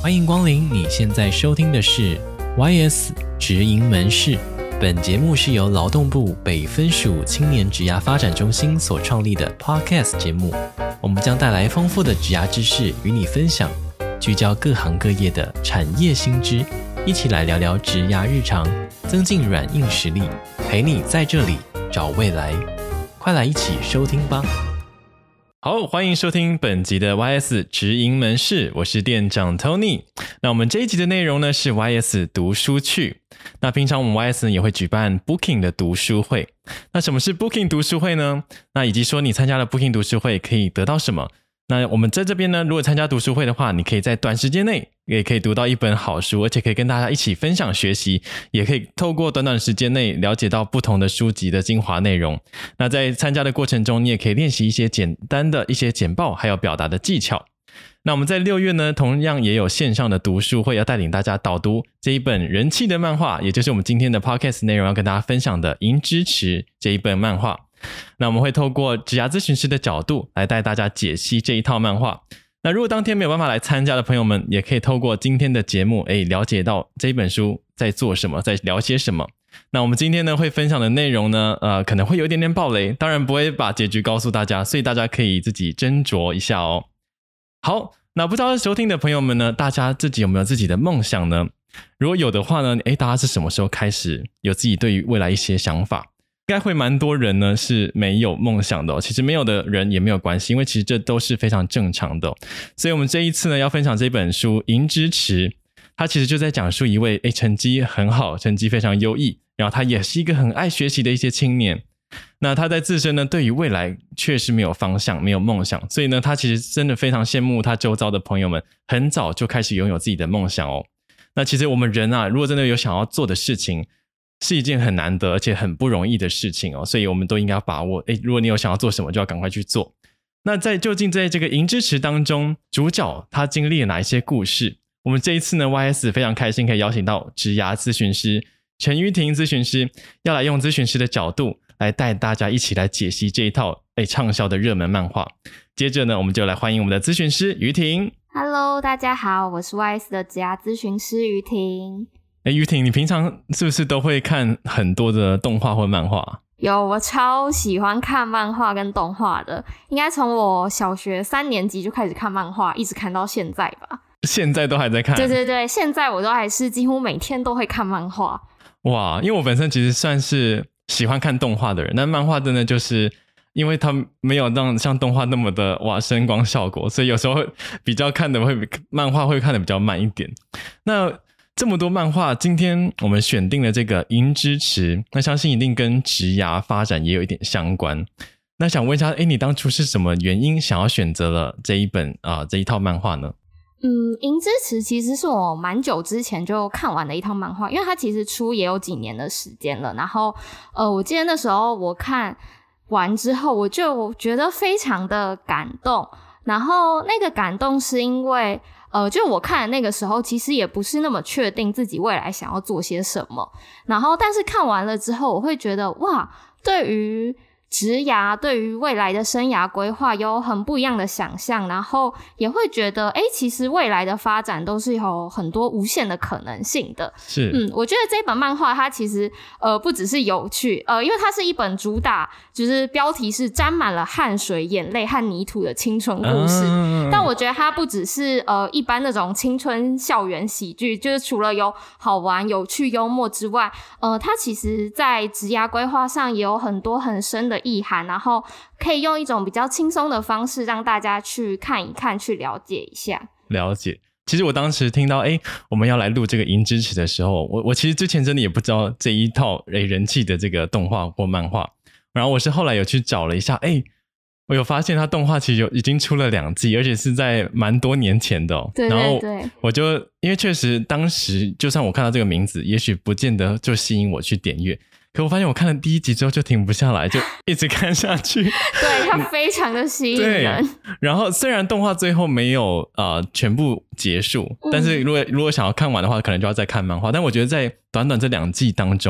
欢迎光临，你现在收听的是 YS 职营门市。本节目是由劳动部北分署青年职涯发展中心所创立的 Podcast 节目，我们将带来丰富的职涯知识与你分享，聚焦各行各业的产业新知，一起来聊聊职涯日常，增进软硬实力，陪你在这里找未来。快来一起收听吧。好，欢迎收听本集的 YS 职营门市，我是店长 Tony。那我们这一集的内容呢是 YS 读书趣。那平常我们 YS 呢也会举办 Booking 的读书会。那什么是 Booking 读书会呢？那以及说你参加了 Booking 读书会可以得到什么？那我们在这边呢，如果参加读书会的话，你可以在短时间内也可以读到一本好书，而且可以跟大家一起分享学习，也可以透过短短时间内了解到不同的书籍的精华内容。那在参加的过程中，你也可以练习一些简单的一些简报还有表达的技巧。那我们在6月呢，同样也有线上的读书会，要带领大家导读这一本人气的漫画，也就是我们今天的 Podcast 内容要跟大家分享的《银之匙》这一本漫画。那我们会透过职涯咨询师的角度来带大家解析这一套漫画。那如果当天没有办法来参加的朋友们，也可以透过今天的节目了解到这一本书在做什么，在聊些什么。那我们今天呢会分享的内容呢可能会有一点点爆雷，当然不会把结局告诉大家，所以大家可以自己斟酌一下哦。好，那不知道收听的朋友们呢，大家自己有没有自己的梦想呢？如果有的话呢，大家是什么时候开始有自己对于未来一些想法？应该会蛮多人呢是没有梦想的哦，其实没有的人也没有关系，因为其实这都是非常正常的哦。所以我们这一次呢要分享这本书《银之匙》，它其实就在讲述一位成绩很好，成绩非常优异，然后他也是一个很爱学习的一些青年。那他在自身呢对于未来确实没有方向，没有梦想，所以呢他其实真的非常羡慕他周遭的朋友们很早就开始拥有自己的梦想哦。那其实我们人啊，如果真的有想要做的事情，是一件很难得而且很不容易的事情哦，所以我们都应该要把握。如果你有想要做什么，就要赶快去做。那究竟在这个银之匙当中，主角他经历了哪一些故事？我们这一次呢 YS 非常开心可以邀请到职涯咨询师陈瑜婷咨询师，要来用咨询师的角度来带大家一起来解析这一套畅销的热门漫画。接着呢，我们就来欢迎我们的咨询师瑜婷。 Hello， 大家好，我是 YS 的职涯咨询师瑜婷。 瑜婷，你平常是不是都会看很多的动画或漫画？ 有，我超喜欢看漫画跟动画的，应该从我小学3年级就开始看漫画，一直看到现在吧。 现在都还在看？对对对，现在我都还是几乎每天都会看漫画。 哇，因为我本身其实算是喜欢看动画的人，但漫画真的就是因为它没有让像动画那么的声光效果，所以有时候比较看的漫画会看的比较慢一点。那这么多漫画，今天我们选定了这个银之匙，那相信一定跟职涯发展也有一点相关。那想问一下，你当初是什么原因想要选择了这一套漫画呢？ 银之匙其实是我蛮久之前就看完的一套漫画，因为它其实出也有几年的时间了。然后我记得那时候我看完之后，我就觉得非常的感动。然后那个感动是因为就我看的那个时候其实也不是那么确定自己未来想要做些什么，然后但是看完了之后我会觉得哇，对于职涯，对于未来的生涯规划有很不一样的想象，然后也会觉得其实未来的发展都是有很多无限的可能性的。 是我觉得这本漫画它其实不只是有趣，因为它是一本主打就是标题是沾满了汗水、眼泪和泥土的青春故事，但我觉得它不只是一般那种青春校园喜剧，就是除了有好玩、有趣、幽默之外，它其实在职涯规划上也有很多很深的意涵，然后可以用一种比较轻松的方式让大家去看一看，去了解一下。 了解。其实我当时听到我们要来录这个银之匙的时候，我其实之前真的也不知道这一套人气的这个动画或漫画，然后我是后来有去找了一下，我有发现它动画其实已经出了2季，而且是在蛮多年前的哦。 对对对。 然后我就因为确实当时就算我看到这个名字，也许不见得就吸引我去点阅，可我发现我看了第1集之后就停不下来，就一直看下去。 对，它非常的吸引人。 然后虽然动画最后没有全部结束，但是如果想要看完的话，可能就要再看漫画。但我觉得在短短这2季当中，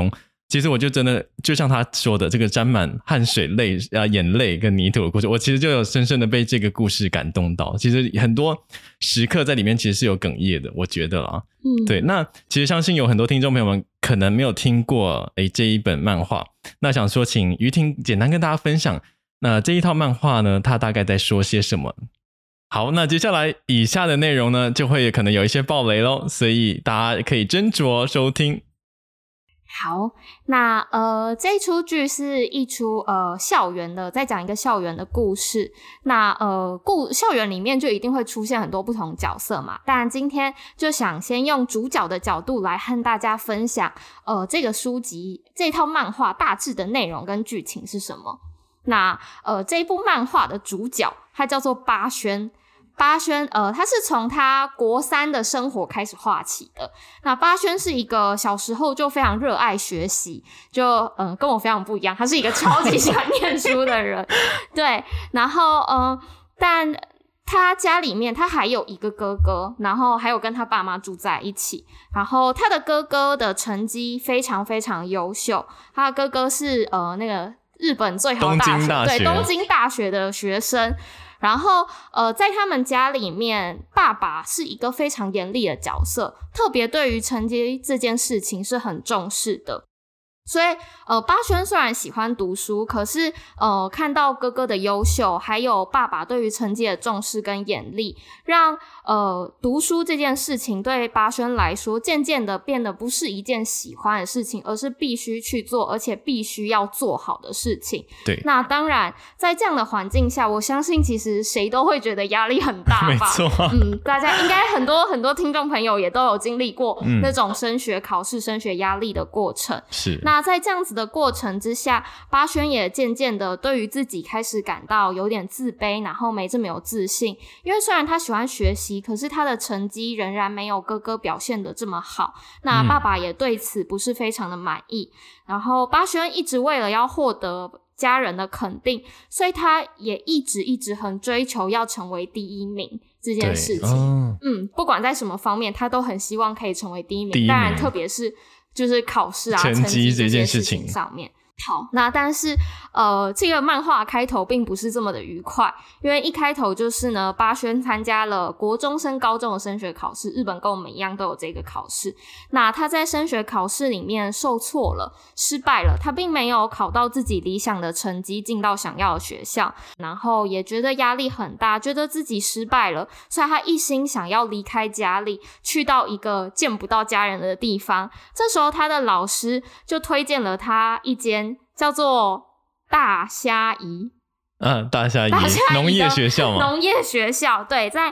其实我就真的就像他说的这个沾满汗水眼泪跟泥土的故事，我其实就有深深的被这个故事感动到。其实很多时刻在里面其实是有哽咽的，我觉得啦。对，那其实相信有很多听众朋友们可能没有听过这一本漫画，那想说请于婷简单跟大家分享，那这一套漫画呢它大概在说些什么。好，那接下来以下的内容呢就会可能有一些爆雷咯，所以大家可以斟酌收听。 好，那这一出剧是一出校园的，在讲一个校园的故事。那校园里面就一定会出现很多不同角色嘛，但今天就想先用主角的角度来和大家分享这个书籍这套漫画大致的内容跟剧情是什么。那这一部漫画的主角他叫做八轩，他是从他国3的生活开始画起的。那八轩是一个小时候就非常热爱学习，就跟我非常不一样，他是一个超级喜欢念书的人。对，然后但他家里面他还有一个哥哥，然后还有跟他爸妈住在一起。然后他的哥哥的成绩非常非常优秀，他的哥哥是那个日本最好的东京大学的学生。然后在他们家里面，爸爸是一个非常严厉的角色，特别对于成绩这件事情是很重视的。所以八轩虽然喜欢读书，可是看到哥哥的优秀，还有爸爸对于成绩的重视跟严厉，让读书这件事情对八轩来说渐渐的变得不是一件喜欢的事情，而是必须去做，而且必须要做好的事情。 对， 那当然在这样的环境下，我相信其实谁都会觉得压力很大吧。 没错， 大家应该很多听众朋友也都有经历过那种升学考试、升学压力的过程。 是。 那在这样子的过程之下，八轩也渐渐的对于自己开始感到有点自卑，然后没这么有自信。因为虽然他喜欢学习，可是他的成绩仍然没有哥哥表现得这么好。那爸爸也对此不是非常的满意。然后八轩一直为了要获得家人的肯定，所以他也一直很追求要成为第一名这件事情。不管在什么方面，他都很希望可以成为第一名。当然，特别是就是考试啊、成绩这件事情上面。好，那但是这个漫画开头并不是这么的愉快，因为一开头就是呢，八轩参加了国中升高中的升学考试，日本跟我们一样都有这个考试。那他在升学考试里面受挫了，失败了，他并没有考到自己理想的成绩，进到想要的学校，然后也觉得压力很大，觉得自己失败了，所以他一心想要离开家里，去到一个见不到家人的地方。这时候他的老师就推荐了他一间叫做大虾夷， 大虾夷农业学校嘛， 农业学校，对，在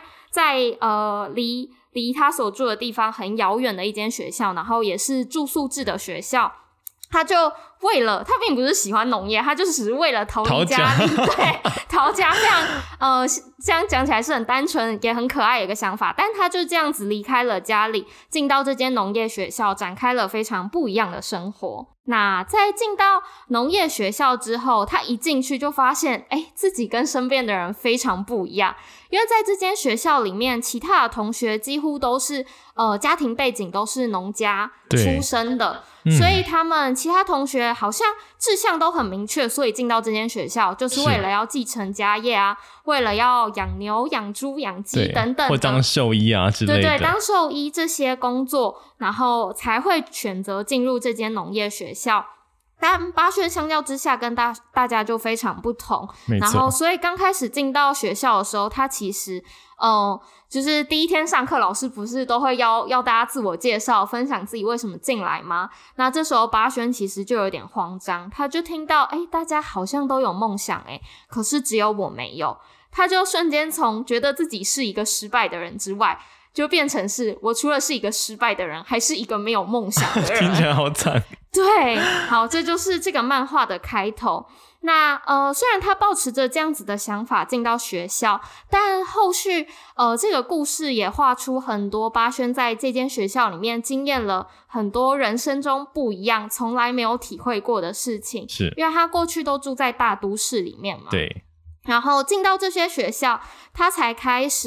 离他所住的地方很遥远的一间学校，然后也是住宿制的学校。他就为了，他并不是喜欢农业，他就只是为了逃离家里，对，逃家，非常这样讲起来是很单纯也很可爱的一个想法，但他就这样子离开了家里，进到这间农业学校，展开了非常不一样的生活。那在进到农业学校之后，他一进去就发现自己跟身边的人非常不一样，因为在这间学校里面，其他的同学几乎都是家庭背景都是农家出身的，所以他们其他同学好像志向都很明确，所以进到这间学校就是为了要继承家业啊，为了要养牛养猪养鸡等等的， 或当兽医啊之类的， 对，当兽医这些工作，然后才会选择进入这间农业学校。但八轩相较之下跟大家就非常不同，然后所以刚开始进到学校的时候，他其实就是第一天上课，老师不是都会要大家自我介绍，分享自己为什么进来吗？那这时候八轩其实就有点慌张，他就听到大家好像都有梦想可是只有我没有，他就瞬间从觉得自己是一个失败的人之外，就变成是我除了是一个失败的人，还是一个没有梦想的人。 听起来好惨。 对，好，这就是这个漫画的开头。那虽然他抱持着这样子的想法进到学校，但后续这个故事也画出很多八轩在这间学校里面经验了很多人生中不一样从来没有体会过的事情，是因为他过去都住在大都市里面嘛， 对， 然后进到这些学校，他才开始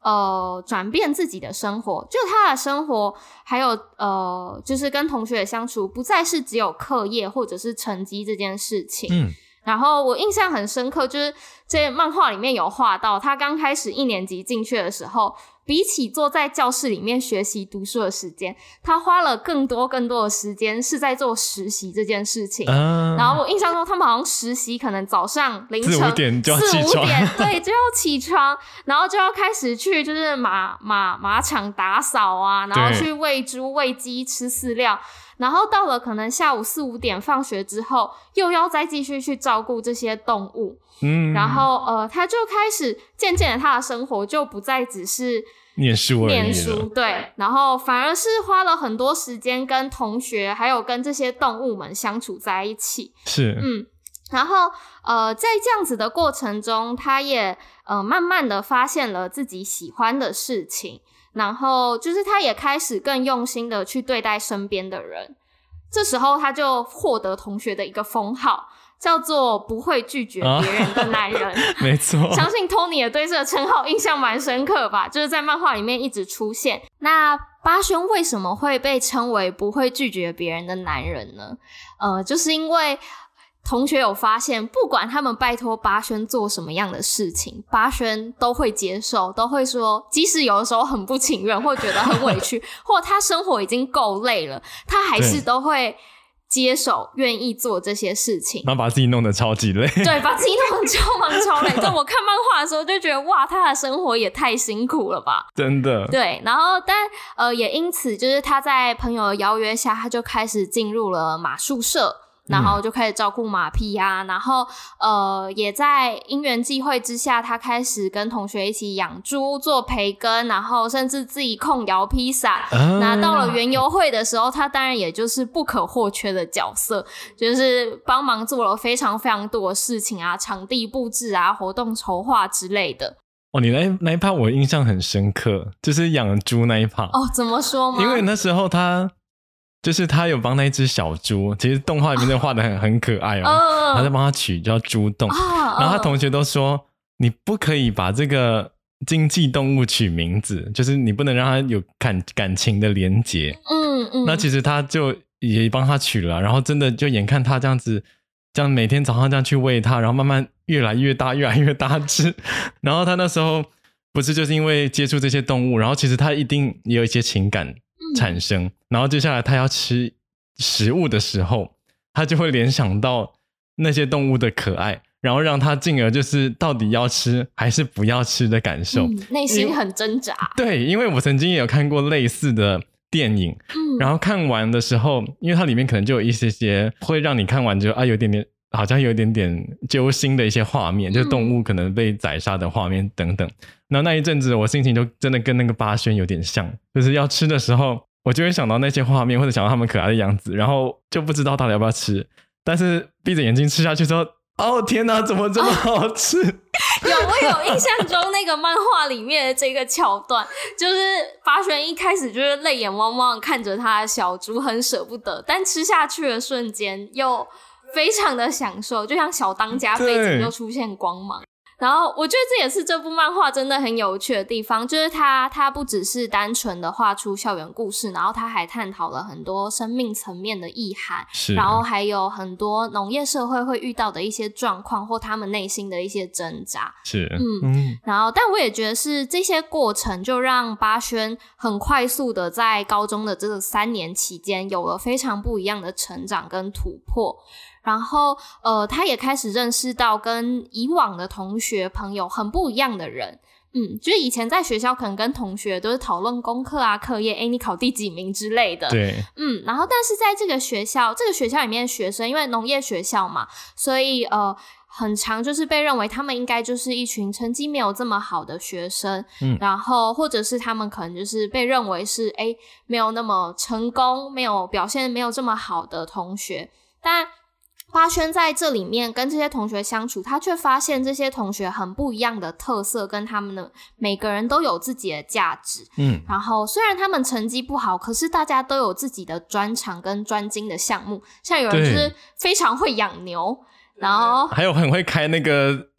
转变自己的生活，就他的生活还有就是跟同学的相处不再是只有课业或者是成绩这件事情。然后我印象很深刻，就是这漫画里面有画到他刚开始1年级进去的时候，比起坐在教室里面学习读书的时间，他花了更多的时间是在做实习这件事情。然后我印象中他们好像实习可能早上凌晨 4-5点就要起床， 对，就要起床，然后就要开始去就是马场打扫啊，然后去喂猪喂鸡吃饲料，然后到了可能下午4-5点放学之后，又要再继续去照顾这些动物。然后他就开始渐渐的他的生活就不再只是念书而已了， 念书，对，然后反而是花了很多时间跟同学还有跟这些动物们相处在一起。 是然后在这样子的过程中，他也慢慢的发现了自己喜欢的事情，然后就是他也开始更用心的去对待身边的人。这时候他就获得同学的一个封号，叫做不会拒绝别人的男人。 没错， 相信 Tony 也对这个称号印象蛮深刻吧，就是在漫画里面一直出现。那八轩为什么会被称为不会拒绝别人的男人呢？就是因为同学有发现，不管他们拜托八轩做什么样的事情，八轩都会接受，都会说，即使有的时候很不情愿或觉得很委屈或他生活已经够累了，他还是都会接手，愿意做这些事情， 然后把自己弄得超级累。 对，把自己弄得超忙超累。对，我看漫画的时候就觉得，哇，他的生活也太辛苦了吧， 真的。 对，然后但也因此，就是他在朋友的邀约下，他就开始进入了马术社。然后就开始照顾马匹啊，然后也在因缘际会之下，他开始跟同学一起养猪做培根，然后甚至自己控窑披萨。那到了园游会的时候，他当然也就是不可或缺的角色，就是帮忙做了非常非常多的事情啊，场地布置啊，活动筹划之类的。 你那一趴我印象很深刻，就是养猪那一趴。 怎么说吗？ 因为那时候他有帮那一只小猪，其实动画里面就画得很可爱他在帮他取叫猪洞，然后他同学都说你不可以把这个经济动物取名字，就是你不能让它有感情的连结。那其实他就也帮他取了，然后真的就眼看他这样每天早上这样去喂它，然后慢慢越来越大越来越大只，然后他那时候不是就是因为接触这些动物，然后其实他一定也有一些情感产生，然后接下来他要吃食物的时候，他就会联想到那些动物的可爱，然后让他进而就是到底要吃还是不要吃的感受， 内心很挣扎。对， 因为我曾经也有看过类似的电影，然后看完的时候，因为它里面可能就有一些会让你看完就有点点好像有点点揪心的一些画面，就是动物可能被宰杀的画面等等。然后那一阵子我心情就真的跟那个八轩有点像，就是要吃的时候我就会想到那些画面，或者想到他们可爱的样子，然后就不知道到底要不要吃，但是闭着眼睛吃下去之后，天哪，怎么这么好吃？ 我有印象中那个漫画里面的这个桥段，就是八轩一开始就是泪眼汪汪看着他的小猪，很舍不得，但吃下去的瞬间又非常的享受，就像小当家背景又出现光芒。然后我觉得这也是这部漫画真的很有趣的地方，就是它不只是单纯的画出校园故事，然后它还探讨了很多生命层面的意涵，然后还有很多农业社会会遇到的一些状况或他们内心的一些挣扎。然后但我也觉得是这些过程就让八轩很快速的在高中的这个3年期间有了非常不一样的成长跟突破。然后他也开始认识到跟以往的同学朋友很不一样的人。就是以前在学校可能跟同学都是讨论功课啊课业，你考第几名之类的。 对。 然后但是在这个学校里面的学生，因为农业学校嘛，所以很常就是被认为他们应该就是一群成绩没有这么好的学生。然后或者是他们可能就是被认为是没有那么成功，没有表现没有这么好的同学。但八轩在这里面跟这些同学相处，他却发现这些同学很不一样的特色，跟他们的每个人都有自己的价值。然后虽然他们成绩不好，可是大家都有自己的专长跟专精的项目，像有人就是非常会养牛，然后还有很会开那个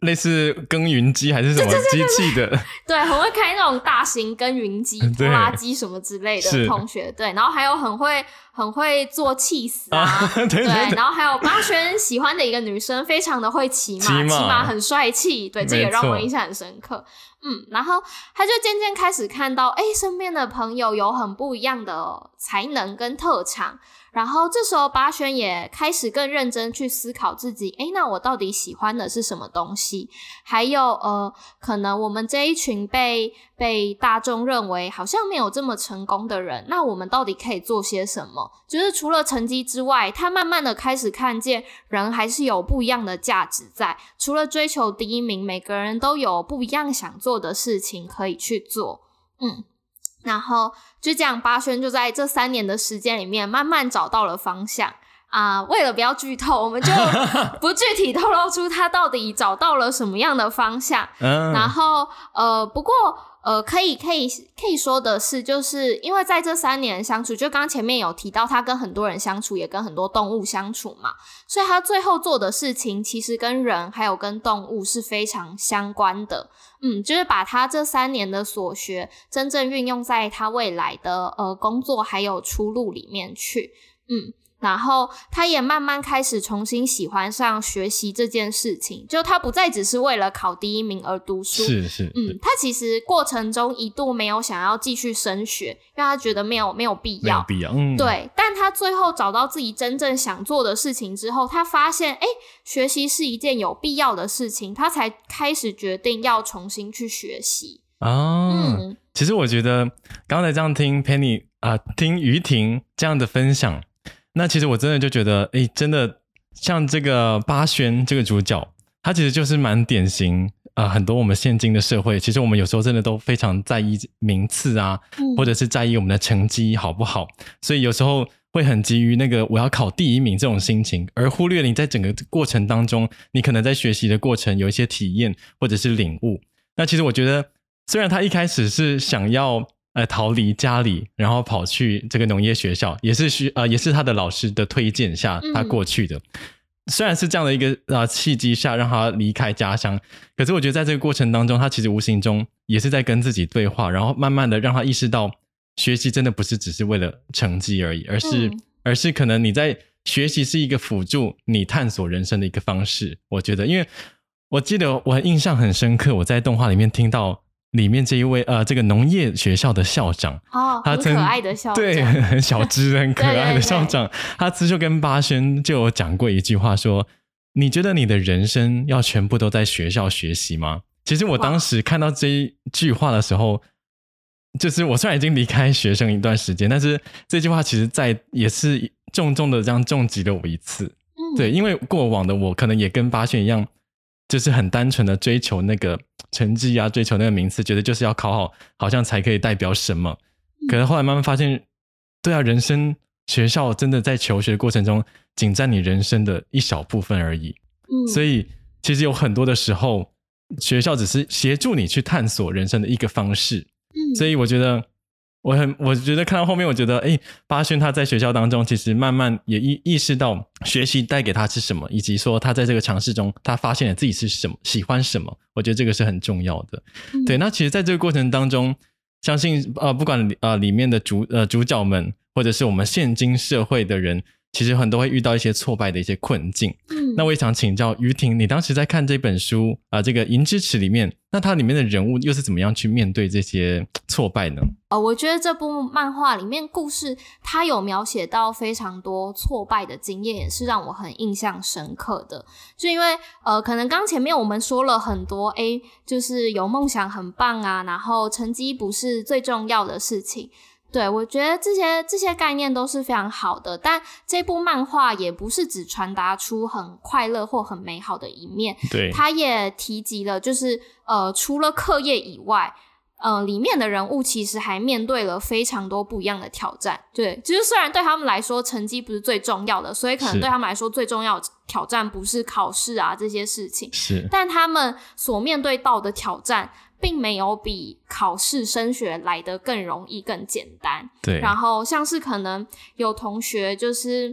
类似耕耘机还是什么机器的， 对，很会开那种大型耕耘机、拖拉机什么之类的同学，对，然后还有很会做起司啊，对，然后还有巴轩喜欢的一个女生，非常的会骑马很帅气，对，这也让我印象很深刻。然后他就渐渐开始看到，身边的朋友有很不一样的才能跟特长，然后这时候巴轩也开始更认真去思考自己，那我到底喜欢的是什么东西？还有可能我们这一群被大众认为好像没有这么成功的人，那我们到底可以做些什么？就是除了成绩之外，他慢慢的开始看见人还是有不一样的价值在，除了追求第一名，每个人都有不一样想做的事情可以去做。然后就这样，巴轩就在这3年的时间里面慢慢找到了方向为了不要剧透，我们就不具体透露出他到底找到了什么样的方向。然后不过可以说的是，就是因为在这3年相处，就刚刚前面有提到他跟很多人相处，也跟很多动物相处嘛，所以他最后做的事情其实跟人还有跟动物是非常相关的。就是把他这3年的所学真正运用在他未来的工作还有出路里面去。然后他也慢慢开始重新喜欢上学习这件事情，就他不再只是为了考第1名而读书， 是他其实过程中一度没有想要继续升学，因为他觉得没有必要，对，但他最后找到自己真正想做的事情之后，他发现学习是一件有必要的事情，他才开始决定要重新去学习。 其实我觉得刚才这样听 Penny 听于婷这样的分享，那其实我真的就觉得真的像这个巴轩这个主角，他其实就是蛮典型很多我们现今的社会，其实我们有时候真的都非常在意名次或者是在意我们的成绩好不好，所以有时候会很急于那个我要考第1名这种心情，而忽略你在整个过程当中，你可能在学习的过程有一些体验或者是领悟。那其实我觉得虽然他一开始是想要逃离家里，然后跑去这个农业学校，也是他的老师的推荐下他过去的。虽然是这样的一个契机下让他离开家乡，可是我觉得在这个过程当中，他其实无形中也是在跟自己对话，然后慢慢的让他意识到学习真的不是只是为了成绩而已，而是可能你在学习是一个辅助你探索人生的一个方式。我觉得因为我记得我印象很深刻，我在动画里面听到里面这一位这个农业学校的校长很可爱的校长， 对，很小只很可爱的校长，他就跟巴轩就有讲过一句话说，你觉得你的人生要全部都在学校学习吗？其实我当时看到这一句话的时候，就是我虽然已经离开学生一段时间，但是这句话其实也是重重的这样重击了我一次。对，因为过往的我可能也跟巴轩一样，就是很单纯的追求那个成绩追求那个名次，觉得就是要考好，好像才可以代表什么。可是后来慢慢发现，对人生学校真的在求学的过程中，仅占你人生的一小部分而已。所以其实有很多的时候，学校只是协助你去探索人生的一个方式。所以我觉得我觉得看到后面，我觉得巴轩他在学校当中其实慢慢也意识到学习带给他是什么，以及说他在这个尝试中他发现了自己是什么，喜欢什么，我觉得这个是很重要的。对，那其实在这个过程当中，相信不管里面的主角们，或者是我们现今社会的人，其实很多会遇到一些挫败的一些困境。那我也想请教于婷，你当时在看这本书这个《银之匙》里面，那它里面的人物又是怎么样去面对这些挫败呢？ 我觉得这部漫画里面故事它有描写到非常多挫败的经验，也是让我很印象深刻的。就因为可能刚前面我们说了很多就是有梦想很棒然后成绩不是最重要的事情。对，我觉得这些概念都是非常好的，但这部漫画也不是只传达出很快乐或很美好的一面， 对， 它也提及了就是除了课业以外，里面的人物其实还面对了非常多不一样的挑战。对，就是虽然对他们来说成绩不是最重要的，所以可能对他们来说最重要的挑战不是考试这些事情， 是， 但他们所面对到的挑战并没有比考试升学来得更容易更简单。 对， 然后像是可能有同学就是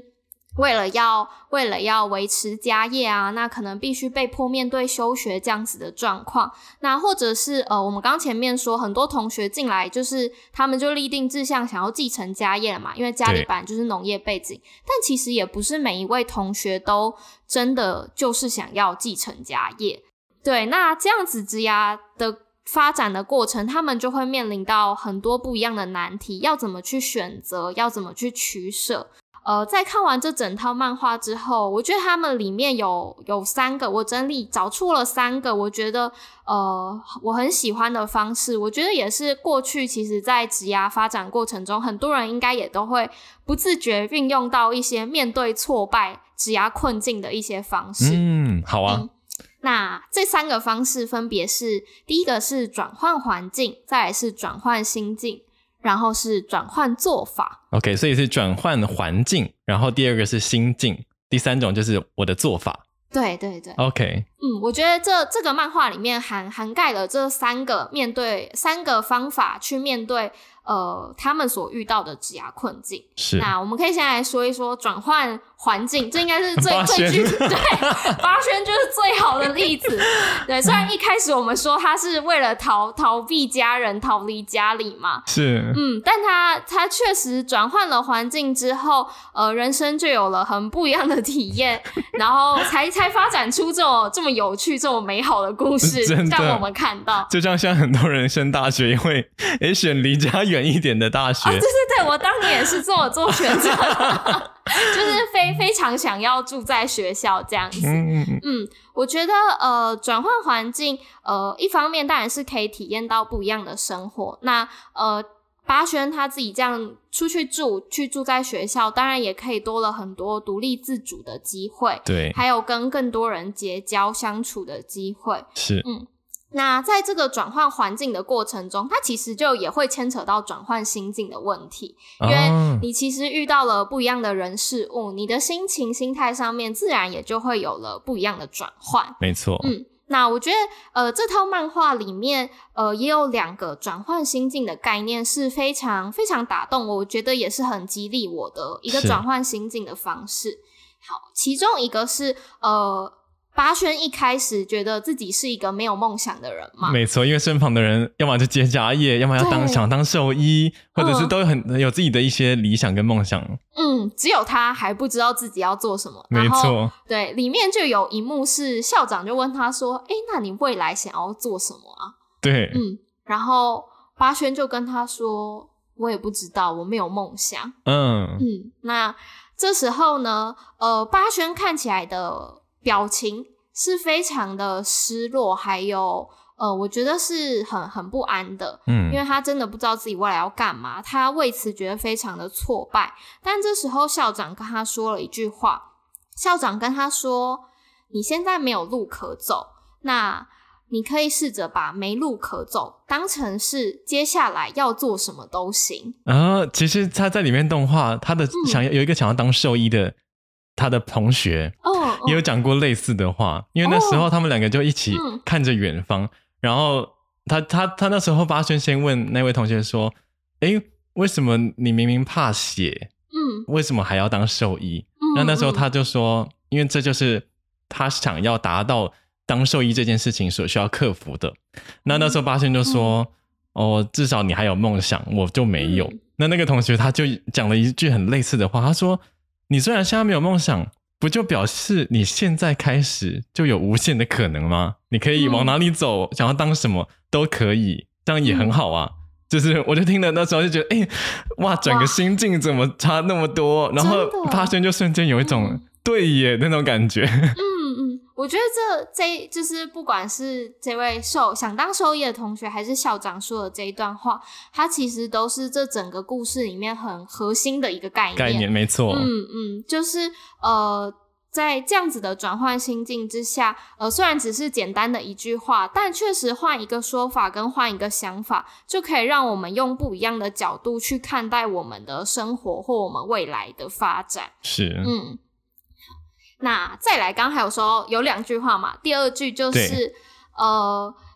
为了要维持家业啊，那可能必须被迫面对休学这样子的状况。那或者是我们刚前面说很多同学进来就是他们就立定志向想要继承家业了嘛，因为家里本来就是农业背景，但其实也不是每一位同学都真的就是想要继承家业。对，那这样子职涯的发展的过程，他们就会面临到很多不一样的难题，要怎么去选择，要怎么去取舍。在看完这整套漫画之后，我觉得他们里面有3个，我整理找出了3个我觉得我很喜欢的方式。我觉得也是过去其实在职涯发展过程中，很多人应该也都会不自觉运用到一些面对挫败职涯困境的一些方式。 好啊。 那这3个方式分别是，第一个是转换环境，再来是转换心境，然后是转换做法。 OK， 所以是转换环境，然后第2个是心境，第3种就是我的做法。 对对对 OK， 我觉得这个漫画里面涵盖了这3个方法去面对他们所遇到的职涯困境。 是， 那我们可以先来说一说转换环境，这应该是最具对八轩就是最好的例子。对，虽然一开始我们说他是为了逃避家人，逃离家里嘛， 是， 但他确实转换了环境之后，人生就有了很不一样的体验，然后才发展出这么有趣、这么美好的故事，让我们看到。 就像很多人升大学也会选离家远一点的大学。 对对对，我当年也是这么做选择的。就是非常想要住在学校这样子。我觉得转换环境一方面当然是可以体验到不一样的生活。那八轩他自己这样出去住在学校，当然也可以多了很多独立自主的机会， 对， 还有跟更多人结交相处的机会。 是， 那在这个转换环境的过程中，它其实就也会牵扯到转换心境的问题，因为你其实遇到了不一样的人事物，你的心情心态上面自然也就会有了不一样的转换。 没错。 那我觉得这套漫画里面也有2个转换心境的概念是非常非常打动我觉得也是很激励我的一个转换心境的方式。好，其中一个是八轩一开始觉得自己是一个没有梦想的人嘛， 没错，因为身旁的人要么就接家业，要么要想当兽医，或者是都很有自己的一些理想跟梦想。 只有他还不知道自己要做什么。 没错， 对，里面就有一幕是校长就问他说：“那你未来想要做什么啊？” 对， 然后八轩就跟他说：“我也不知道，我没有梦想。”那这时候呢，八轩看起来的表情是非常的失落，还有我觉得是很不安的，因为他真的不知道自己未来要干嘛，他为此觉得非常的挫败。但这时候校长跟他说了一句话，校长跟他说：“你现在没有路可走，那你可以试着把没路可走当成是接下来要做什么都行。” 其实他在里面动画，他的有一个想要当兽医的他的同学也有讲过类似的话，因为那时候他们2个就一起看着远方，然后他那时候八轩先问那位同学说：“为什么你明明怕血，为什么还要当兽医？”那时候他就说，因为这就是他想要达到当兽医这件事情所需要克服的。那时候八轩就说：“至少你还有梦想，我就没有。”那个同学他就讲了一句很类似的话，他说：“你虽然现在没有梦想，不就表示你现在开始就有无限的可能吗？你可以往哪里走，想要当什么都可以，这样也很好啊。”就是我就听了那时候就觉得哇，整个心境怎么差那么多，然后八轩就瞬间有一种对耶那种感觉。 我觉得这就是不管是这位想当兽医的同学还是校长说的这一段话，它其实都是这整个故事里面很核心的一个概念。没错。就是在这样子的转换心境之下，虽然只是简单的一句话，但确实换一个说法跟换一个想法，就可以让我们用不一样的角度去看待我们的生活或我们未来的发展。 是。那再来，刚刚还有说有2句话嘛，第2句就是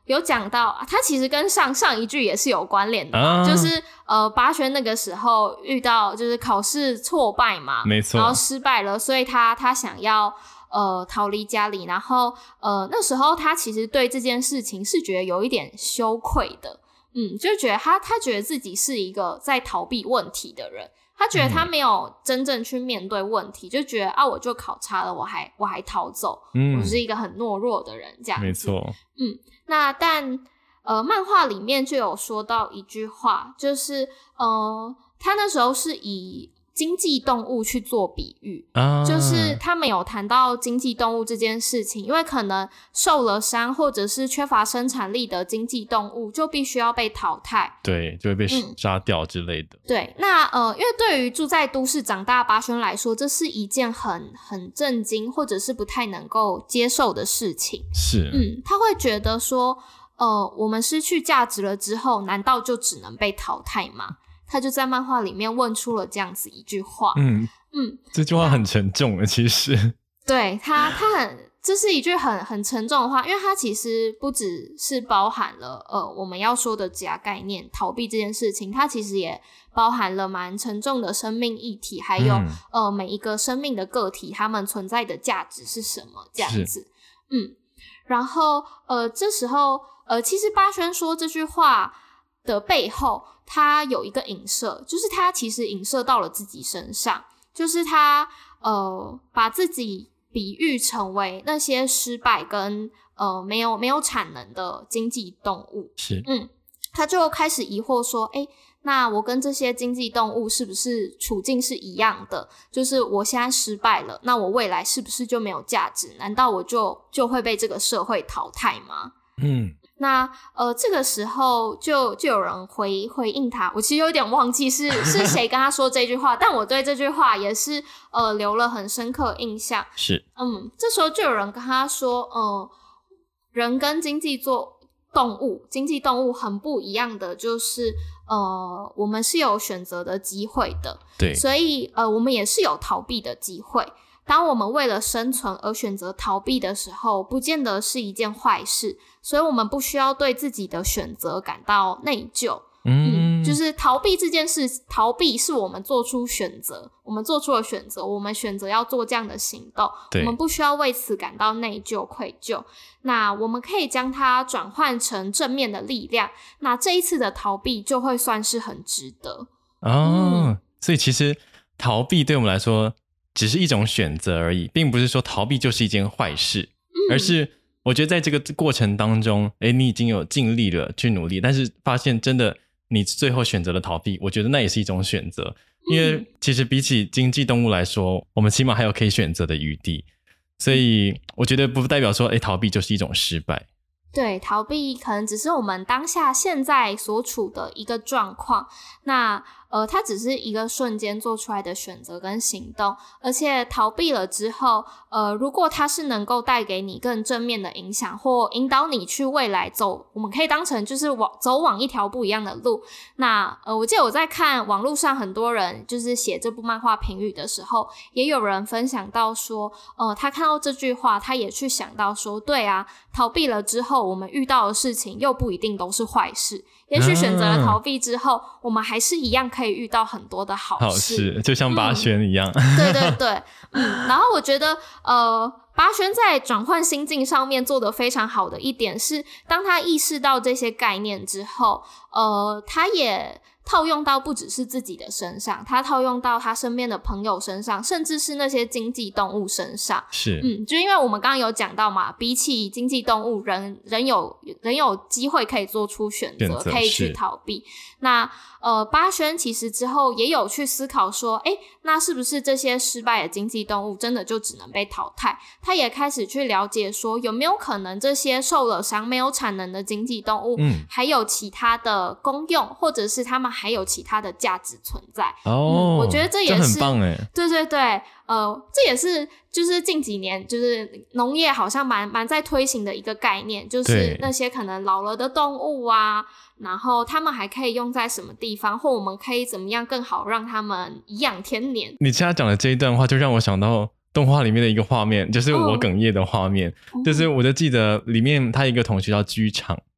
有讲到，它其实跟上一句也是有关联的嘛，就是八轩那个时候遇到就是考试挫败嘛， 没错， 然后失败了，所以他想要逃离家里，然后那时候他其实对这件事情是觉得有一点羞愧的，就觉得他觉得自己是一个在逃避问题的人，他觉得他没有真正去面对问题，就觉得啊，我就考差了，我还逃走，我是一个很懦弱的人，这样子。 没错。 那但漫画里面就有说到一句话，就是他那时候是以经济动物去做比喻，就是他们有谈到经济动物这件事情，因为可能受了伤或者是缺乏生产力的经济动物就必须要被淘汰， 对，就会被杀掉之类的。 对，那因为对于住在都市长大的八轩来说，这是一件很震惊或者是不太能够接受的事情。 是， 他会觉得说我们失去价值了之后，难道就只能被淘汰吗？他就在漫画里面问出了这样子一句话。这句话很沉重的，其实。对， 他这是一句很沉重的话，因为它其实不只是包含了我们要说的职涯概念逃避这件事情，它其实也包含了蛮沉重的生命议题，还有每一个生命的个体他们存在的价值是什么这样子。然后这时候其实八轩说这句话的背后，他有一个影射，就是他其实影射到了自己身上，就是他把自己比喻成为那些失败跟没有产能的经济动物。 是， 他就开始疑惑说，那我跟这些经济动物是不是处境是一样的？就是我现在失败了，那我未来是不是就没有价值？难道我就会被这个社会淘汰吗？那这个时候就有人回应他，我其实有点忘记是谁跟他说这句话，但我对这句话也是留了很深刻印象。 是， 这时候就有人跟他说，人跟经济动物很不一样的，就是我们是有选择的机会的， 对， 所以我们也是有逃避的机会。当我们为了生存而选择逃避的时候，不见得是一件坏事，所以我们不需要对自己的选择感到内疚。就是逃避这件事，逃避是我们做出选择，我们做出了选择，我们选择要做这样的行动，我们不需要为此感到内疚愧疚。那我们可以将它转换成正面的力量，那这一次的逃避就会算是很值得。 所以其实逃避对我们来说只是一种选择而已，并不是说逃避就是一件坏事，而是我觉得在这个过程当中你已经有尽力了去努力，但是发现真的你最后选择了逃避，我觉得那也是一种选择。因为其实比起经济动物来说，我们起码还有可以选择的余地，所以我觉得不代表说逃避就是一种失败。 对，逃避可能只是我们当下现在所处的一个状况，那它只是一个瞬间做出来的选择跟行动，而且逃避了之后如果它是能够带给你更正面的影响，或引导你去未来走，我们可以当成就是走往一条不一样的路。那我记得我在看网络上很多人就是写这部漫画评语的时候，也有人分享到说他看到这句话，他也去想到说，对啊，逃避了之后我们遇到的事情又不一定都是坏事，也许选择了逃避之后我们还是一样可以遇到很多的好事， 就像八轩一样。 对对对，然后我觉得八轩在转换心境上面做得非常好的一点是，当他意识到这些概念之后他也套用到不只是自己的身上，他套用到他身边的朋友身上，甚至是那些经济动物身上。 是， 就因为我们刚刚有讲到嘛，比起经济动物，人有机会可以做出选择，可以去逃避。那八轩其实之后也有去思考说，那是不是这些失败的经济动物真的就只能被淘汰？他也开始去了解说，有没有可能这些受了伤没有产能的经济动物还有其他的功用，或者是他们还有其他的价值存在。我觉得这也是很棒耶。 对对对，这也是就是近几年就是农业好像蛮在推行的一个概念，就是那些可能老了的动物啊，然后他们还可以用在什么地方，或我们可以怎么样更好让他们颐养天年。 你现在讲的这一段话就让我想到动画里面的一个画面，就是我哽咽的画面。就是我就记得里面他一个同学叫居场，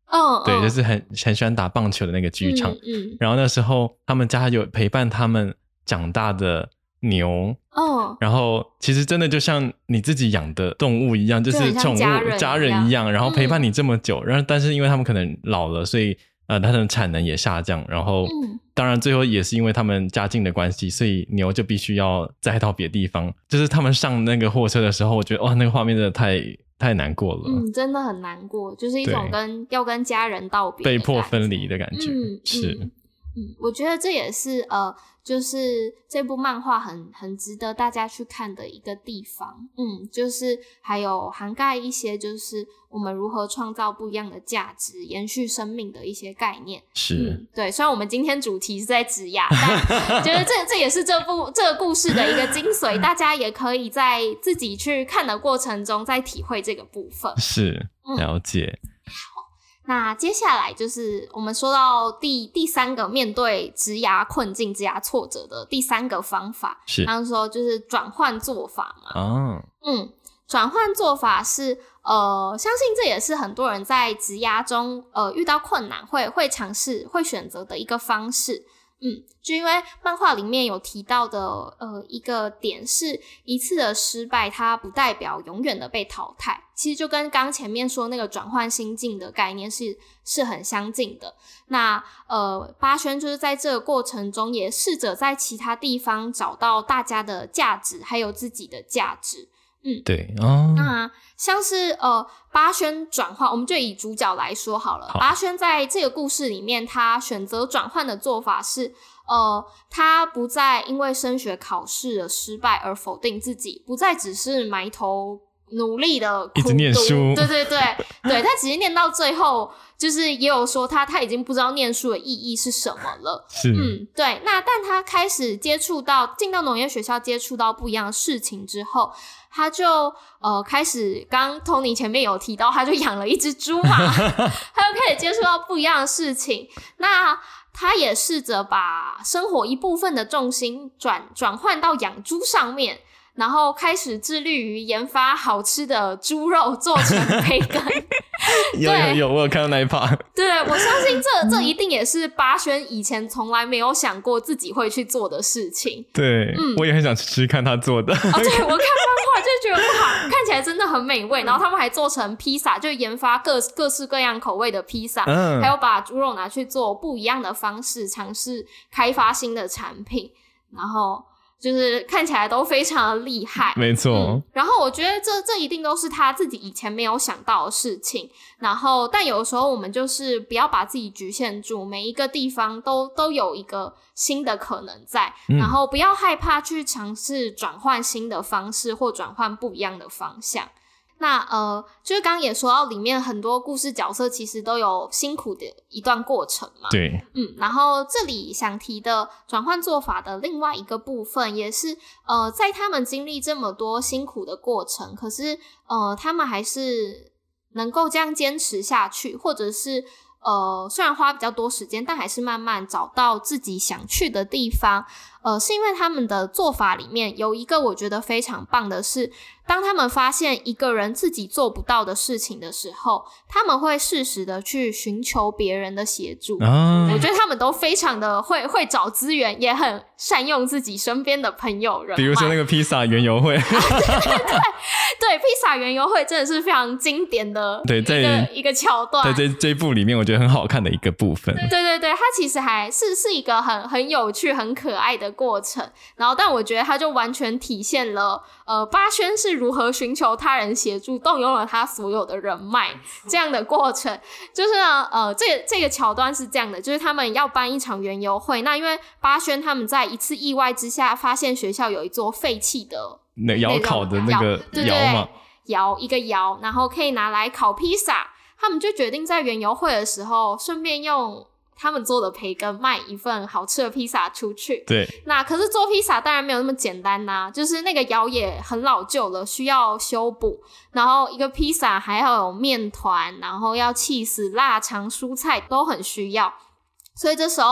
对，就是很喜欢打棒球的那个剧场。然后那时候他们家有陪伴他们长大的牛，然后其实真的就像你自己养的动物一样，就是宠物家人一样，然后陪伴你这么久，然后但是因为他们可能老了，所以它的产能也下降，然后当然最后也是因为他们家境的关系，所以牛就必须要载到别的地方。就是他们上那个货车的时候，我觉得哇，那个画面真的太难过了。 真的很难过，就是一种要跟家人道别， 被迫分离的感觉。是。 我觉得这也是就是这部漫画很值得大家去看的一个地方。就是还有涵盖一些就是我们如何创造不一样的价值，延续生命的一些概念。 是。 对，虽然我们今天主题是在职涯，但觉得这也是这个故事的一个精髓，大家也可以在自己去看的过程中再体会这个部分。 是，了解。 那接下来就是我们说到第三个面对职涯困境、职涯挫折的第三个方法，是刚刚说就是转换做法嘛。转换做法是相信这也是很多人在职涯中遇到困难会尝试会选择的一个方式。就因为漫画里面有提到的一个点是一次的失败它不代表永远的被淘汰，其实就跟刚前面说那个转换心境的概念是很相近的。那八轩就是在这个过程中也试着在其他地方找到大家的价值还有自己的价值。 对那像是八轩转换，我们就以主角来说好了。八轩在这个故事里面，他选择转换的做法是他不再因为升学考试的失败而否定自己，不再只是埋头努力的一直念书。 对，他其实念到最后就是也有说他已经不知道念书的意义是什么了。对。那但他开始进到农业学校接触到不一样的事情之后，他就开始刚 Tony 前面有提到，他就养了一只猪嘛他就开始接触到不一样的事情。那他也试着把生活一部分的重心转换到养猪上面，然后开始致力于研发好吃的猪肉做成培根有我有看到那一 part。 对，我相信这一定也是八轩以前从来没有想过自己会去做的事情。 对，我也很想吃吃看他做的。 对，我看漫画就觉得哇，看起来真的很美味。然后他们还做成披萨，就研发各式各样口味的披萨，还有把猪肉拿去做不一样的方式，尝试开发新的产品，然后就是看起来都非常的厉害。 没错。 然后我觉得这一定都是他自己以前没有想到的事情。然后但有时候我们就是不要把自己局限住，每一个地方都有一个新的可能在，然后不要害怕去尝试转换新的方式或转换不一样的方向。那就是刚刚也说到里面很多故事角色其实都有辛苦的一段过程嘛。 对。 然后这里想提的转换做法的另外一个部分也是在他们经历这么多辛苦的过程，可是他们还是能够这样坚持下去，或者是虽然花比较多时间，但还是慢慢找到自己想去的地方。是因为他们的做法里面有一个我觉得非常棒的是，当他们发现一个人自己做不到的事情的时候，他们会适时的去寻求别人的协助。我觉得他们都非常的会找资源，也很善用自己身边的朋友人脉。 比如说那个披萨园游会对，披萨园游会真的是非常经典的一个桥段， 在这一部里面我觉得很好看的一个部分。 对，它其实还是一个很有趣很可爱的过程。然后但我觉得它就完全体现了八轩是如何寻求他人协助，动用了他所有的人脉这样的过程。就是呢这个桥段是这样的，就是他们要办一场园游会，那因为八轩他们在一次意外之下发现学校有一座废弃的窑烤的那个窑嘛， 一个窑，然后可以拿来烤披萨。他们就决定在园游会的时候顺便用他们做的培根卖一份好吃的披萨出去。 对。 那可是做披萨当然没有那么简单啊，就是那个窑也很老旧了，需要修补。然后一个披萨还要有面团，然后要起司、腊肠、蔬菜都很需要。所以这时候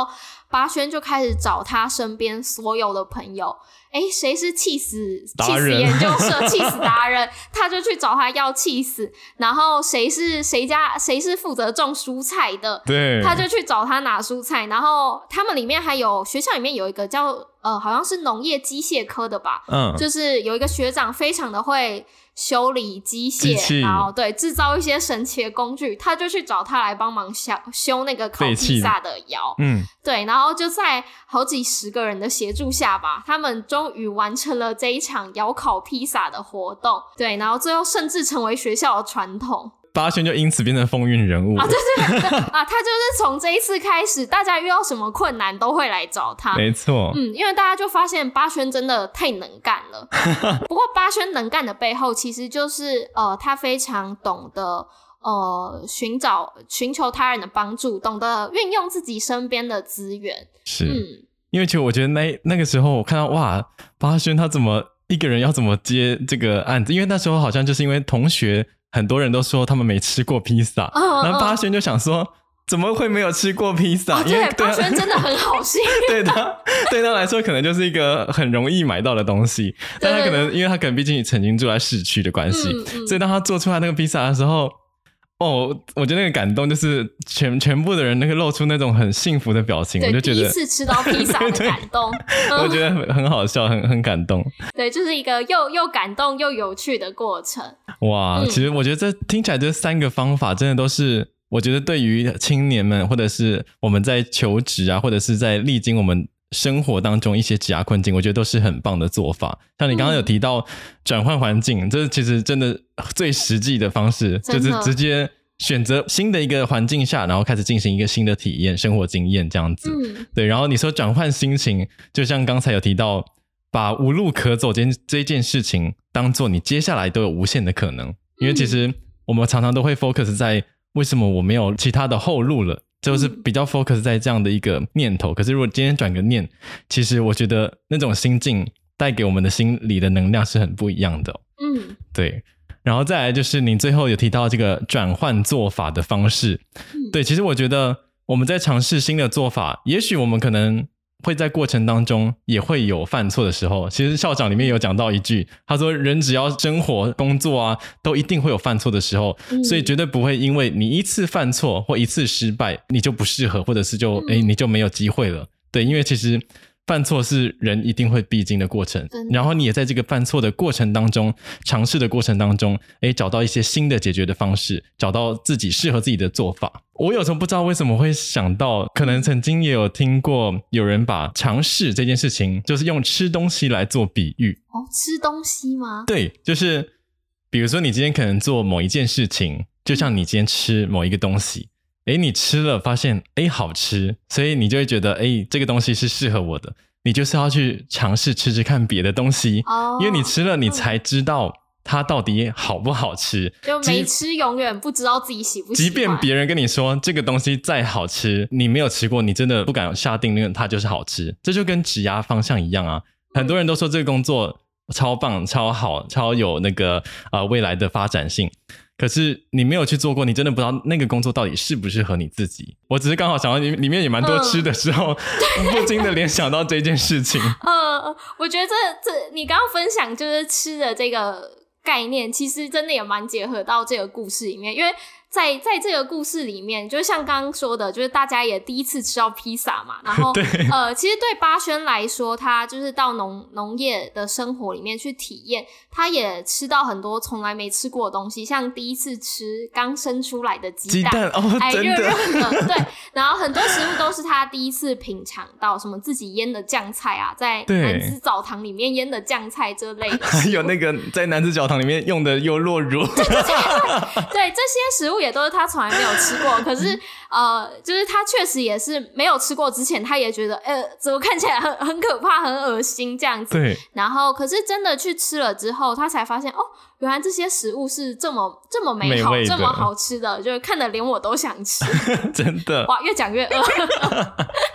巴轩就开始找他身边所有的朋友，谁是起司研究社起司达人，他就去找他要起司，然后谁是负责种蔬菜的， 对， 他就去找他拿蔬菜，然后他们里面还有学校里面有一个叫好像是农业机械科的吧，就是有一个学长非常的会修理机械，然后对制造一些神奇的工具，他就去找他来帮忙修那个烤披萨的窑，对，然后就在好几十个人的协助下吧，他们终于完成了这一场窑烤披萨的活动，对，然后最后甚至成为学校的传统。 巴轩就因此变成风云人物啊！对啊，他就是从这一次开始，大家遇到什么困难都会来找他。 没错， 因为大家就发现巴轩真的太能干了。不过巴轩能干的背后，其实就是他非常懂得寻求他人的帮助，懂得运用自己身边的资源。 是，因为其实我觉得那个时候我看到哇，巴轩他怎么一个人要怎么接这个案子？因为那时候好像就是因为同学。很多人都说他们没吃过披萨，然后巴轩就想说怎么会没有吃过披萨？因为巴轩真的很好心对他来说可能就是一个很容易买到的东西，但他可能因为他可能毕竟曾经住在市区的关系，所以当他做出来那个披萨的时候，我觉得那个感动就是全部的人那个露出那种很幸福的表情，我就觉得第一次吃到披萨的感动我觉得很好笑，很感动。 对，就是一个又感动又有趣的过程。 哇，其实我觉得这听起来这3个方法真的都是我觉得对于青年们或者是我们在求职啊，或者是在历经我们生活当中一些职涯困境，我觉得都是很棒的做法。像你刚刚有提到转换环境，这其实真的最实际的方式，就是直接选择新的一个环境下，然后开始进行一个新的体验生活经验这样子。对，然后你说转换心情，就像刚才有提到把无路可走这件事情当做你接下来都有无限的可能，因为其实我们常常都会 focus 在为什么我没有其他的后路了，就是比较 focus 在这样的一个念头。可是如果今天转个念，其实我觉得那种心境带给我们的心理的能量是很不一样的。对。然后再来就是你最后有提到这个转换做法的方式。对，其实我觉得我们在尝试新的做法，也许我们可能会在过程当中也会有犯错的时候。其实校长里面有讲到一句，他说人只要生活工作啊都一定会有犯错的时候，所以绝对不会因为你一次犯错或一次失败你就不适合，或者是你就没有机会了。对，因为其实犯错是人一定会必经的过程，然后你也在这个犯错的过程当中，尝试的过程当中找到一些新的解决的方式，找到自己适合自己的做法。我有时候不知道为什么会想到，可能曾经也有听过有人把尝试这件事情就是用吃东西来做比喻。 吃东西吗？ 对，就是比如说你今天可能做某一件事情，就像你今天吃某一个东西，你吃了发现好吃，所以你就会觉得这个东西是适合我的，你就是要去尝试吃吃看别的东西，因为你吃了你才知道它到底好不好吃， 就没吃永远不知道自己喜不喜欢。 即便别人跟你说这个东西再好吃，你没有吃过，你真的不敢下定论它就是好吃。这就跟职涯方向一样啊，很多人都说这个工作超棒超好超有那个未来的发展性，可是你没有去做过，你真的不知道那个工作到底适不适合你自己。我只是刚好想到里面也蛮多吃的时候，不禁的联想到这件事情。 我觉得这你刚刚分享就是吃的这个概念，其实真的也蛮结合到这个故事里面，因为在这个故事里面，就像刚刚说的，就是大家也第一次吃到披萨嘛，然后其实对巴轩来说，他就是到农业的生活里面去体验，他也吃到很多从来没吃过的东西，像第一次吃刚生出来的鸡蛋真的热热的，对，然后很多食物都是他第一次品尝到，什么自己腌的酱菜啊，在男子澡堂里面腌的酱菜这类的， 还有那个在男子澡堂里面用的优酪乳， 对，这些食物也都是他从来没有吃过，可是就是他确实也是没有吃过之前，他也觉得怎么看起来很可怕很恶心这样子。 对， 然后可是真的去吃了之后，他才发现原来这些食物是这么美好这么好吃的，就是看得连我都想吃。 真的哇，越讲越饿。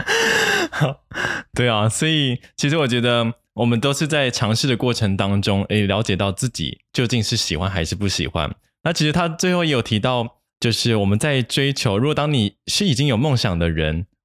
对啊，所以其实我觉得我们都是在尝试的过程当中了解到自己究竟是喜欢还是不喜欢。那其实他最后也有提到，就是我们在追求，如果当你是已经有梦想的人，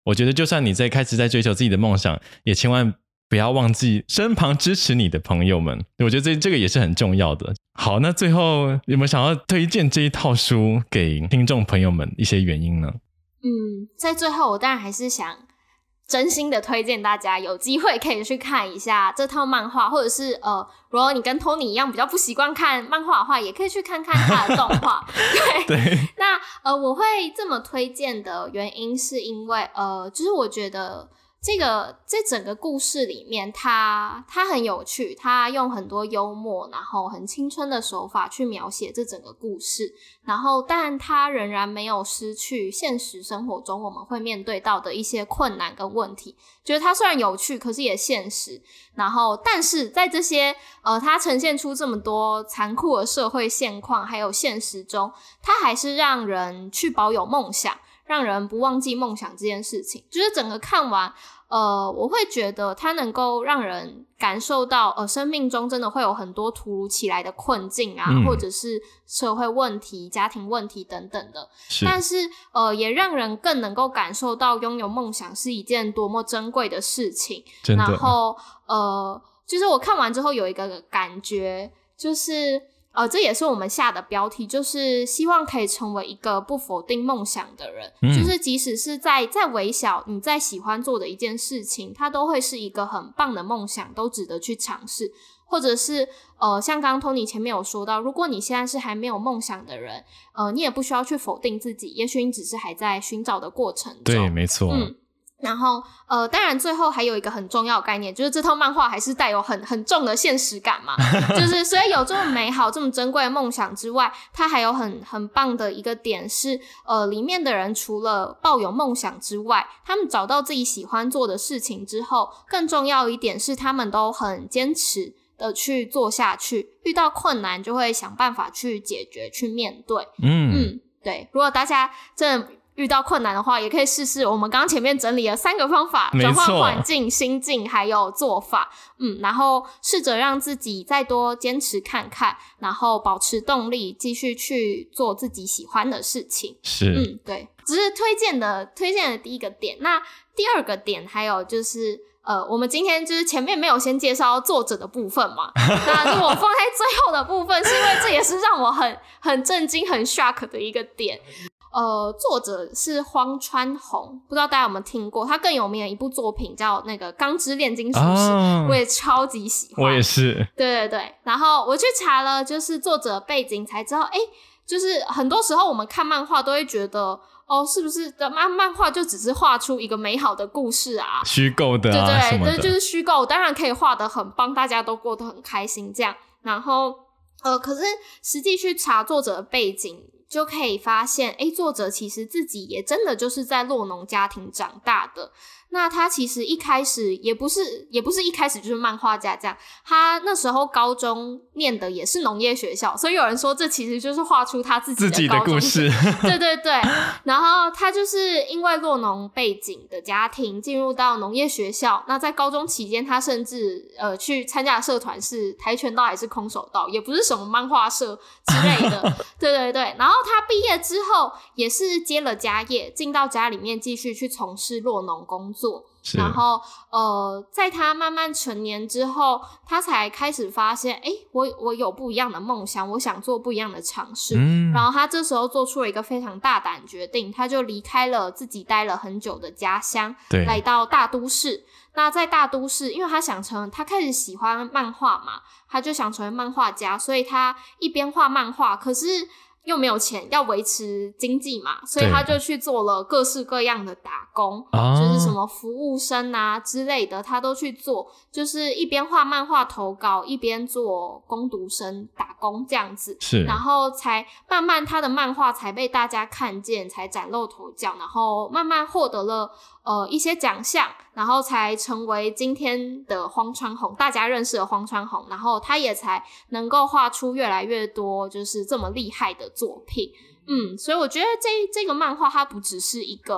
我觉得就算你开始在追求自己的梦想，也千万不要忘记身旁支持你的朋友们，我觉得这个也是很重要的。好，那最后有没有想要推荐这一套书给听众朋友们一些原因呢？ 在最后我当然还是想真心的推荐大家有机会可以去看一下这套漫画，或者是如果你跟 Tony 一样比较不习惯看漫画的话，也可以去看看他的动画。对，那我会这么推荐的原因是因为就是我觉得这整个故事里面它很有趣，它用很多幽默然后很青春的手法去描写这整个故事，然后但它仍然没有失去现实生活中我们会面对到的一些困难跟问题，就是它虽然有趣可是也现实，然后但是在这些它呈现出这么多残酷的社会现况还有现实中，它还是让人去保有梦想，让人不忘记梦想这件事情。就是整个看完我会觉得它能够让人感受到生命中真的会有很多突如其来的困境啊，或者是社会问题家庭问题等等的，但是也让人更能够感受到拥有梦想是一件多么珍贵的事情。真的。然后就是我看完之后有一个感觉，就是这也是我们下的标题，就是希望可以成为一个不否定梦想的人。就是即使是在微小你在喜欢做的一件事情，它都会是一个很棒的梦想，都值得去尝试。或者是像刚刚 Tony 前面有说到，如果你现在是还没有梦想的人，你也不需要去否定自己，也许你只是还在寻找的过程中。 对，没错。 然后当然最后还有一个很重要的概念，就是这套漫画还是带有很重的现实感嘛。就是所以有这么美好这么珍贵的梦想之外，它还有很棒的一个点是里面的人除了抱有梦想之外，他们找到自己喜欢做的事情之后，更重要一点是他们都很坚持的去做下去，遇到困难就会想办法去解决去面对。对，如果大家真的遇到困难的话，也可以试试我们刚刚前面整理了3个方法，转换环境、心境还有做法。然后试着让自己再多坚持看看，然后保持动力，继续去做自己喜欢的事情。 是。 对，只是推荐的第一个点。那第二个点还有就是我们今天就是前面没有先介绍作者的部分嘛，那如果放在最后的部分，是因为这也是让我很震惊很 shock 的一个点。作者是荒川弘，不知道大家有没有听过，他更有名的一部作品叫那个《钢之炼金术士》，我也超级喜欢。 我也是。 对，然后我去查了就是作者的背景才知道，就是很多时候我们看漫画都会觉得是不是的漫画就只是画出一个美好的故事啊， 虚构的啊，什么的， 就是虚构，当然可以画得很棒，大家都过得很开心这样。然后可是实际去查作者的背景，就可以发现作者其实自己也真的就是在酪农家庭长大的。那他其实一开始也不是一开始就是漫画家这样，他那时候高中念的也是农业学校，所以有人说这其实就是画出他自己的故事。 对。然后他就是因为酪农背景的家庭进入到农业学校，那在高中期间他甚至去参加的社团是跆拳道还是空手道，也不是什么漫画社之类的。对。然后他毕业之后也是接了家业，进到家里面继续去从事酪农工作。然后在他慢慢成年之后，他才开始发现我有不一样的梦想，我想做不一样的尝试。然后他这时候做出了一个非常大胆决定，他就离开了自己待了很久的家乡，来到大都市。那在大都市，因为他开始喜欢漫画嘛，他就想成为漫画家，所以他一边画漫画，可是又没有钱要维持经济嘛，所以他就去做了各式各样的打工，就是什么服务生啊之类的他都去做，就是一边画漫画投稿一边做工读生打工这样子。然后才慢慢他的漫画才被大家看见，才崭露头角，然后慢慢获得了一些奖项，然后才成为今天的荒川弘，大家认识的荒川弘，然后他也才能够画出越来越多就是这么厉害的作品。所以我觉得这个漫画它不只是一个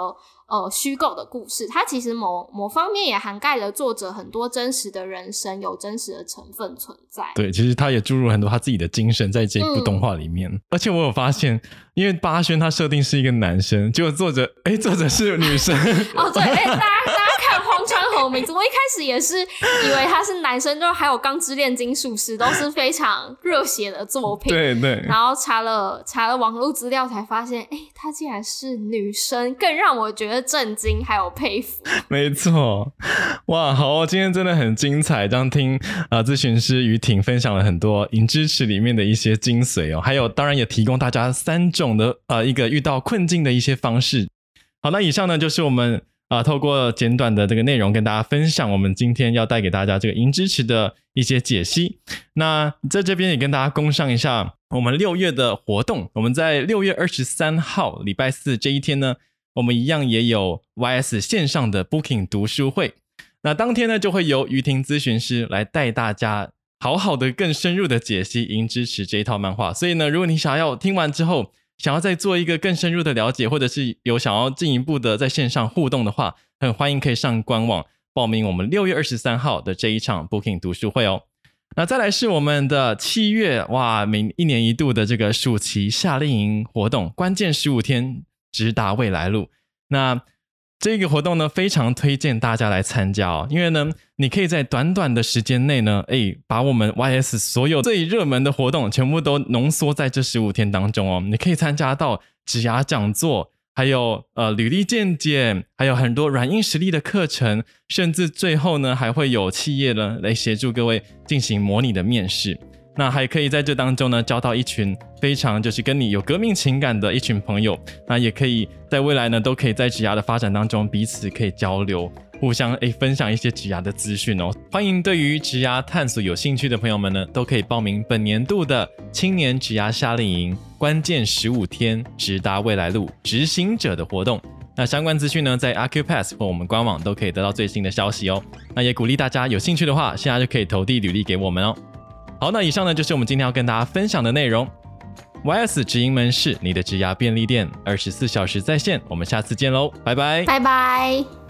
虚构的故事，它其实某方面也涵盖了作者很多真实的人生，有真实的成分存在。 对，其实他也注入很多他自己的精神在这一部动画里面。而且我有发现，因为巴轩他设定是一个男生，结果作者是女生。 哦，对，大家看荒川弘明子，我一开始也是以为他是男生，就还有《钢之炼金术师》都是非常热血的作品。 对对。 然后查了网络资料才发现，她竟然是女生，更让我觉得震惊还有佩服。 没错，哇，好，今天真的很精彩，这样听咨询师于婷分享了很多银之匙里面的一些精髓哦，还有当然也提供大家3种的一个遇到困境的一些方式。好，那以上呢就是我们透过简短的这个内容跟大家分享我们今天要带给大家这个银之匙的一些解析。那在这边也跟大家工商一下我们6月的活动，我们在6月23号礼拜四这一天呢，我们一样也有 YS 线上的 Booking 读书会。那当天呢就会由于婷咨询师来带大家好好的更深入的解析银之匙这一套漫画。所以呢，如果你想要听完之后想要再做一个更深入的了解，或者是有想要进一步的在线上互动的话，很欢迎可以上官网报名我们6月23号的这一场 Booking 读书会哦。那再来是我们的7月，哇，每1年1度的这个暑期夏令营活动，关键15天直达未来路。那这个活动呢非常推荐大家来参加哦，因为呢你可以在短短的时间内呢把我们 YS 所有最热门的活动全部都浓缩在这15天当中哦。你可以参加到职涯讲座，还有履历健检，还有很多软硬实力的课程，甚至最后呢还会有企业呢来协助各位进行模拟的面试。那还可以在这当中呢交到一群非常就是跟你有革命情感的一群朋友，那也可以在未来呢都可以在职涯的发展当中彼此可以交流，互相分享一些职涯的资讯哦。欢迎对于职涯探索有兴趣的朋友们呢都可以报名本年度的青年职涯夏令营关键15天直达未来路执行者的活动。那相关资讯呢在 Acupass 或我们官网都可以得到最新的消息哦。那也鼓励大家有兴趣的话现在就可以投递履历给我们哦。好，那以上呢就是我们今天要跟大家分享的内容。YS 直营门市，你的职涯便利店，24小时在线。我们下次见喽，拜拜， 拜拜。